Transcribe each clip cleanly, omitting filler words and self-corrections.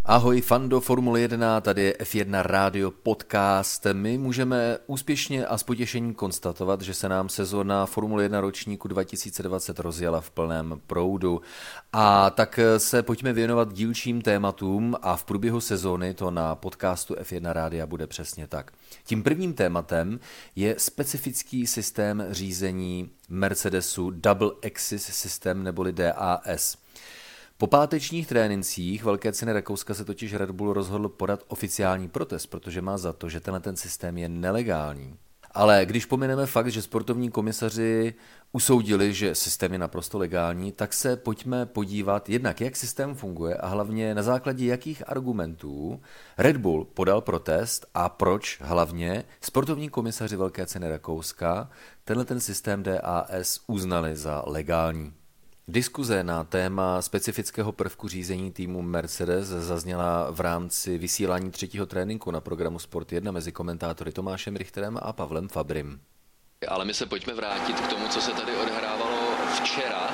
Ahoj fando Formule 1, tady je F1 Radio Podcast. My můžeme úspěšně a s potěšením konstatovat, že se nám sezóna Formule 1 ročníku 2020 rozjela v plném proudu. A tak se pojďme věnovat dílčím tématům a v průběhu sezóny to na podcastu F1 Rádia bude přesně tak. Tím prvním tématem je specifický systém řízení Mercedesu Double Axis System neboli DAS. Po pátečních trénincích Velké ceny Rakouska se totiž Red Bull rozhodl podat oficiální protest, protože má za to, že ten systém je nelegální. Ale když pomineme fakt, že sportovní komisaři usoudili, že systém je naprosto legální, tak se pojďme podívat jednak, jak systém funguje a hlavně na základě jakých argumentů Red Bull podal protest a proč hlavně sportovní komisaři Velké ceny Rakouska ten systém DAS uznali za legální. Diskuze na téma specifického prvku řízení týmu Mercedes zazněla v rámci vysílání třetího tréninku na programu Sport 1 mezi komentátory Tomášem Richterem a Pavlem Fabrym. Ale my se pojďme vrátit k tomu, co se tady odehrávalo včera.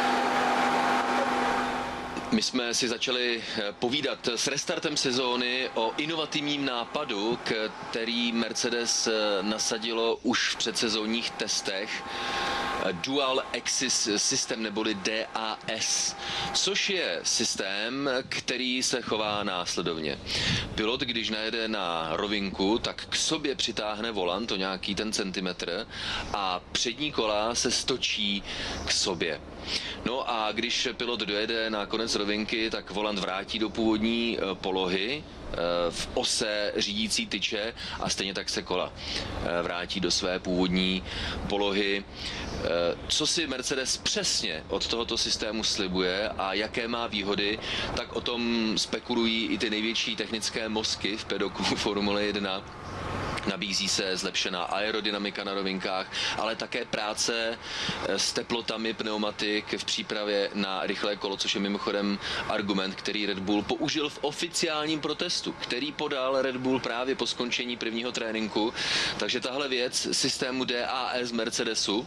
My jsme si začali povídat s restartem sezóny o inovativním nápadu, který Mercedes nasadilo už v předsezónních testech. Dual Axis System neboli DAS, což je systém, který se chová následovně. Pilot, když najede na rovinku, tak k sobě přitáhne volant o nějaký ten centimetr a přední kola se stočí k sobě. No a když pilot dojede na konec rovinky, tak volant vrátí do původní polohy v ose řídící tyče a stejně tak se kola vrátí do své původní polohy. Co si Mercedes přesně od tohoto systému slibuje a jaké má výhody, tak o tom spekulují i ty největší technické mozky v pedoku Formule 1. Nabízí se zlepšená aerodynamika na rovinkách, ale také práce s teplotami pneumatik v přípravě na rychlé kolo, což je mimochodem argument, který Red Bull použil v oficiálním protestu, který podal Red Bull právě po skončení prvního tréninku. Takže tahle věc systému DAS Mercedesu.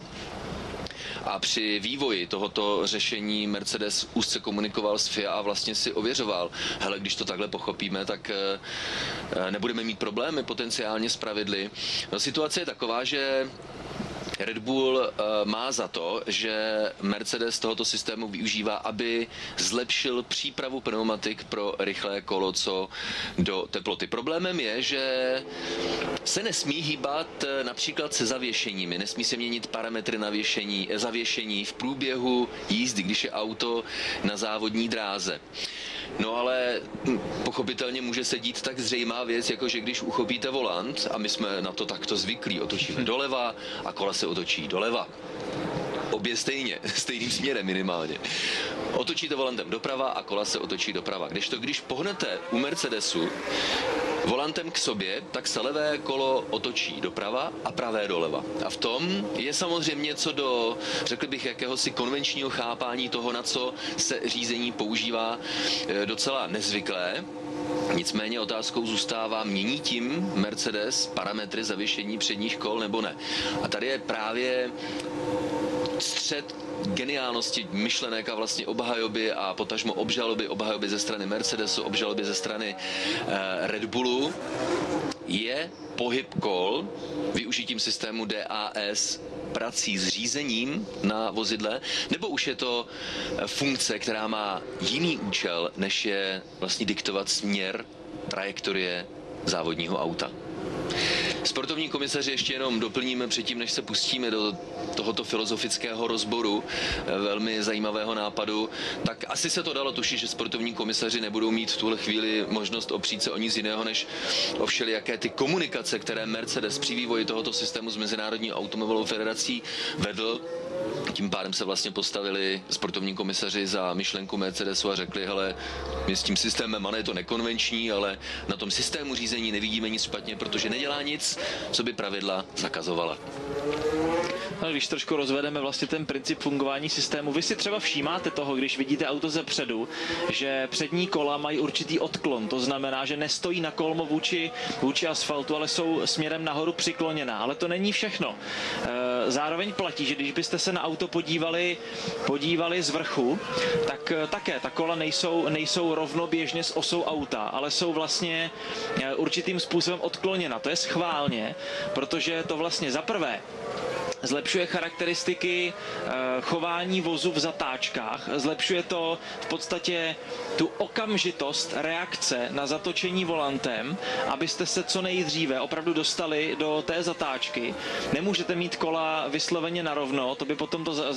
A při vývoji tohoto řešení Mercedes úzce komunikoval s FIA a vlastně si ověřoval, hele, když to takhle pochopíme, tak nebudeme mít problémy potenciálně s pravidly. No, situace je taková, že Red Bull má za to, že Mercedes tohoto systému využívá, aby zlepšil přípravu pneumatik pro rychlé kolo co do teploty. Problémem je, že se nesmí hýbat například se zavěšeními, nesmí se měnit parametry zavěšení v průběhu jízdy, když je auto na závodní dráze. No ale pochopitelně může se dít tak zřejmá věc, jako že když uchopíte volant, a my jsme na to takto zvyklí, otočíme doleva a kola se otočí doleva. Obě stejným směrem minimálně. Otočíte volantem doprava a kola se otočí doprava. Kdežto když pohnete u Mercedesu volantem k sobě, tak se levé kolo otočí doprava a pravé doleva. A v tom je samozřejmě něco do, řekl bych, jakéhosi konvenčního chápání toho, na co se řízení používá, docela nezvyklé. Nicméně otázkou zůstává, mění tím Mercedes parametry zavěšení předních kol nebo ne. A tady je právě střed geniálnosti myšlenek a vlastně obhajoby a potažmo obhajoby ze strany Mercedesu, obžaloby ze strany Red Bullu, je pohyb kol využitím systému DAS prací s řízením na vozidle, nebo už je to funkce, která má jiný účel, než je vlastně diktovat směr trajektorie závodního auta. Sportovní komisaři ještě jenom doplníme předtím, než se pustíme do tohoto filozofického rozboru velmi zajímavého nápadu, tak asi se to dalo tušit, že sportovní komisaři nebudou mít v tuhle chvíli možnost opřít se o nic jiného, než o všelijaké ty komunikace, které Mercedes při vývoji tohoto systému s Mezinárodní automobilovou federací vedl. Tím pádem se vlastně postavili sportovní komisaři za myšlenku Mercedesu a řekli, hele, my s tím systémem, ano, je to nekonvenční, ale na tom systému řízení nevidíme nic špatně, protože nedělá nic, co by pravidla zakazovala. No, když trošku rozvedeme vlastně ten princip fungování systému, vy si třeba všímáte toho, když vidíte auto ze předu, že přední kola mají určitý odklon, to znamená, že nestojí na kolmo vůči asfaltu, ale jsou směrem nahoru přikloněná, ale to není všechno. Zároveň platí, že když byste se na auto podívali z vrchu, tak také ta kola nejsou rovnoběžně s osou auta, ale jsou vlastně určitým způsobem odkloněna. To je schválně, protože to vlastně za prvé zlepšuje charakteristiky chování vozu v zatáčkách, zlepšuje to v podstatě tu okamžitost reakce na zatočení volantem, abyste se co nejdříve opravdu dostali do té zatáčky. Nemůžete mít kola vysloveně narovno, to by potom to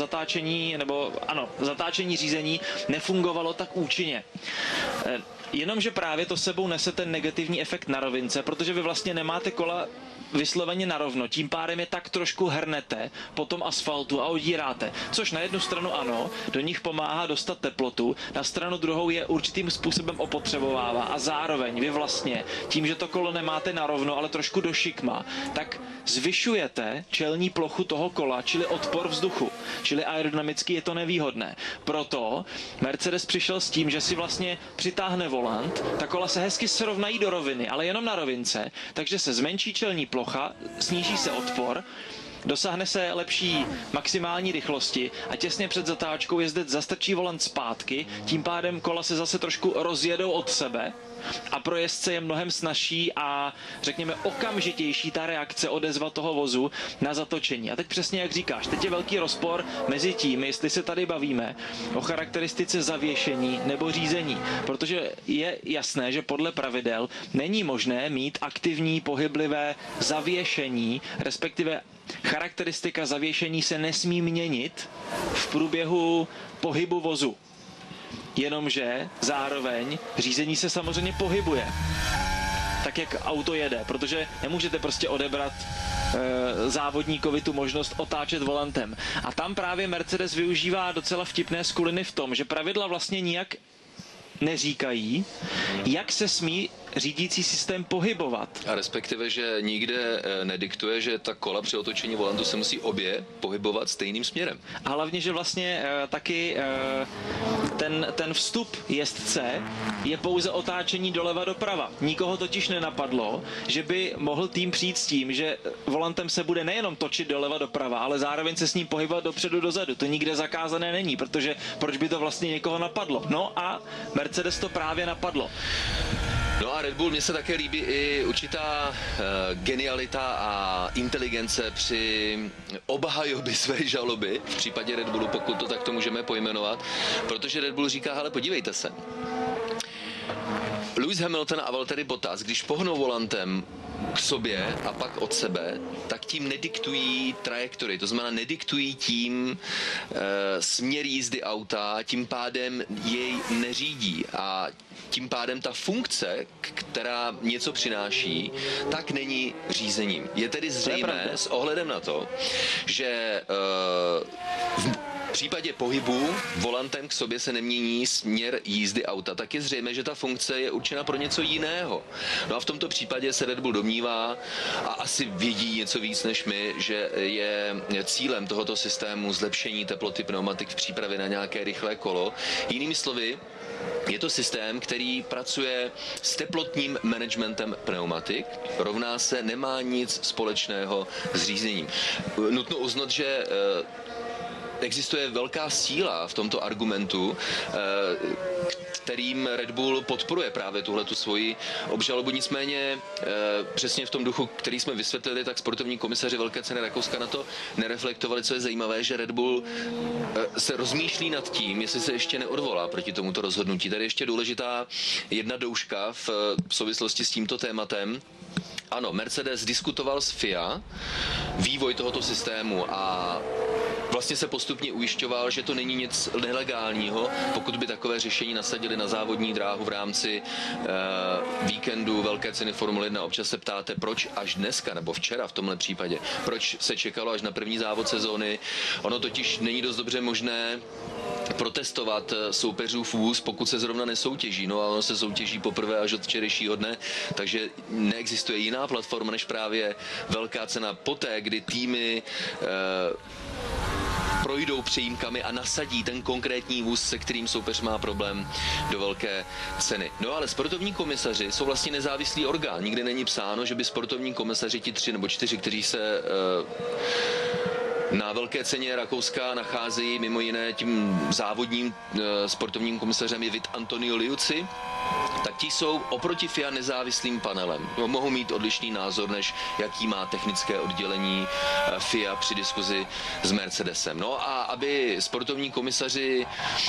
zatáčení řízení nefungovalo tak účinně. Jenomže právě to sebou nese ten negativní efekt na rovince, protože vy vlastně nemáte kola vysloveně narovno, tím pádem je tak trošku hrnete po tom asfaltu a odíráte, což na jednu stranu ano, do nich pomáhá dostat teplotu, na stranu druhou je určitým způsobem opotřebovává a zároveň vy vlastně tím, že to kolo nemáte narovno, ale trošku do šikma, tak zvyšujete čelní plochu toho kola, čili odpor vzduchu, čili aerodynamicky je to nevýhodné. Proto Mercedes přišel s tím, že si vlastně přitáhne volant, ta kola se hezky srovnají do roviny, ale jenom na rovince, takže se zmenší čelní plocha, sníží se odpor, dosáhne se lepší maximální rychlosti a těsně před zatáčkou jezdec zastrčí volant zpátky, tím pádem kola se zase trošku rozjedou od sebe a pro jezdce je mnohem snazší a řekněme okamžitější ta reakce, odezva toho vozu na zatočení. A teď přesně jak říkáš, teď je velký rozpor mezi tím, jestli se tady bavíme o charakteristice zavěšení nebo řízení, protože je jasné, že podle pravidel není možné mít aktivní pohyblivé zavěšení, respektive charakteristika zavěšení se nesmí měnit v průběhu pohybu vozu. Jenomže zároveň řízení se samozřejmě pohybuje tak, jak auto jede, protože nemůžete prostě odebrat závodníkovi tu možnost otáčet volantem. A tam právě Mercedes využívá docela vtipné skuliny v tom, že pravidla vlastně nijak neříkají, jak se smí řídící systém pohybovat. A respektive, že nikde nediktuje, že ta kola při otočení volantu se musí obě pohybovat stejným směrem. A hlavně, že vlastně taky ten vstup jezdce je pouze otáčení doleva doprava. Nikoho totiž nenapadlo, že by mohl tým přijít s tím, že volantem se bude nejenom točit doleva doprava, ale zároveň se s ním pohybovat dopředu dozadu. To nikde zakázané není, protože proč by to vlastně někoho napadlo? No a Mercedes to právě napadlo. No a Red Bull, mně se také líbí i určitá genialita a inteligence při obhajobě své žaloby, v případě Red Bullu, pokud to takto můžeme pojmenovat, protože Red Bull říká, hele, podívejte se, Lewis Hamilton a Valtteri Bottas, když pohnou volantem k sobě a pak od sebe, tak tím nediktují trajektory, to znamená nediktují tím směr jízdy auta, tím pádem jej neřídí a tím pádem ta funkce, která něco přináší, tak není řízením. Je tedy zřejmé s ohledem na to, že v případě pohybu volantem k sobě se nemění směr jízdy auta, tak je zřejmé, že ta funkce je určena pro něco jiného. No a v tomto případě se Red Bull domnívá a asi vědí něco víc než my, že je cílem tohoto systému zlepšení teploty pneumatik v přípravě na nějaké rychlé kolo. Jinými slovy, je to systém, který pracuje s teplotním managementem pneumatik, rovná se nemá nic společného s řízením. Nutno uznat, že existuje velká síla v tomto argumentu, kterým Red Bull podporuje právě tuhletu svoji obžalobu. Nicméně přesně v tom duchu, který jsme vysvětlili, tak sportovní komisaři Velké ceny Rakouska na to nereflektovali, co je zajímavé, že Red Bull se rozmýšlí nad tím, jestli se ještě neodvolá proti tomuto rozhodnutí. Tady ještě důležitá jedna douška v souvislosti s tímto tématem. Ano, Mercedes diskutoval s FIA vývoj tohoto systému a vlastně se postupně ujišťoval, že to není nic nelegálního, pokud by takové řešení nasadili na závodní dráhu v rámci víkendu Velké ceny Formule 1. Občas se ptáte, proč až dneska, nebo včera v tomhle případě, proč se čekalo až na první závod sezóny. Ono totiž není dost dobře možné protestovat soupeřův vůz, pokud se zrovna nesoutěží. No a ono se soutěží poprvé až od včerejšího dne, takže neexistuje jiná platforma než právě Velká cena. Poté, kdy týmy projdou přejímkami a nasadí ten konkrétní vůz, se kterým soupeř má problém, do Velké ceny. No ale sportovní komisaři jsou vlastně nezávislý orgán. Nikde není psáno, že by sportovní komisaři, ti 3 nebo 4, kteří se na velké ceně Rakouska nacházejí mimo jiné tím závodním sportovním komisařem je Vit Antonio Liuzzi, tak ti jsou oproti FIA nezávislým panelem. Mohou mít odlišný názor, než jaký má technické oddělení FIA při diskuzi s Mercedesem. No a aby sportovní komisaři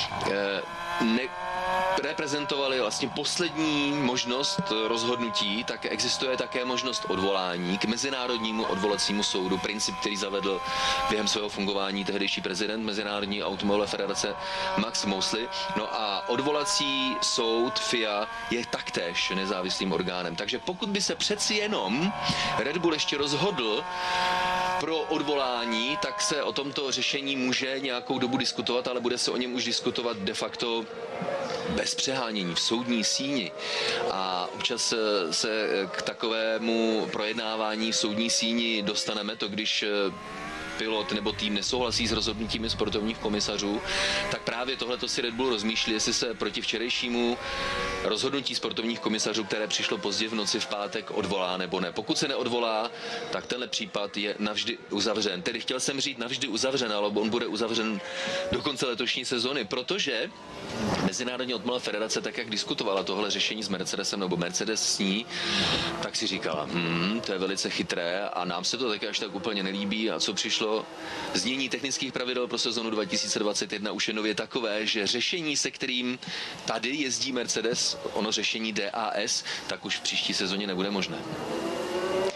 reprezentovali vlastně poslední možnost rozhodnutí, tak existuje také možnost odvolání k Mezinárodnímu odvolacímu soudu, princip, který zavedl během svého fungování tehdejší prezident Mezinárodní automobilové federace Max Mosley. No a odvolací soud FIA je taktéž nezávislým orgánem. Takže pokud by se přeci jenom Red Bull ještě rozhodl pro odvolání, tak se o tomto řešení může nějakou dobu diskutovat, ale bude se o něm už diskutovat de facto bez přehánění v soudní síni. A občas se k takovému projednávání v soudní síni dostaneme, to když pilot nebo tým nesouhlasí s rozhodnutími sportovních komisařů, tak právě tohleto si Red Bull rozmýšlí, jestli se proti včerejšímu rozhodnutí sportovních komisařů, které přišlo pozdě v noci v pátek, odvolá nebo ne. Pokud se neodvolá, tak tenhle případ je navždy uzavřen. Tedy chtěl jsem říct navždy uzavřen, ale on bude uzavřen do konce letošní sezony, protože Mezinárodní automobilová federace, tak jak diskutovala tohle řešení s Mercedesem nebo Mercedes s ní, tak si říkala, to je velice chytré a nám se to taky až tak úplně nelíbí. A co přišlo? Znění technických pravidel pro sezonu 2021 už je nově takové, že řešení, se kterým tady jezdí Mercedes, ono řešení DAS, tak už v příští sezóně nebude možné.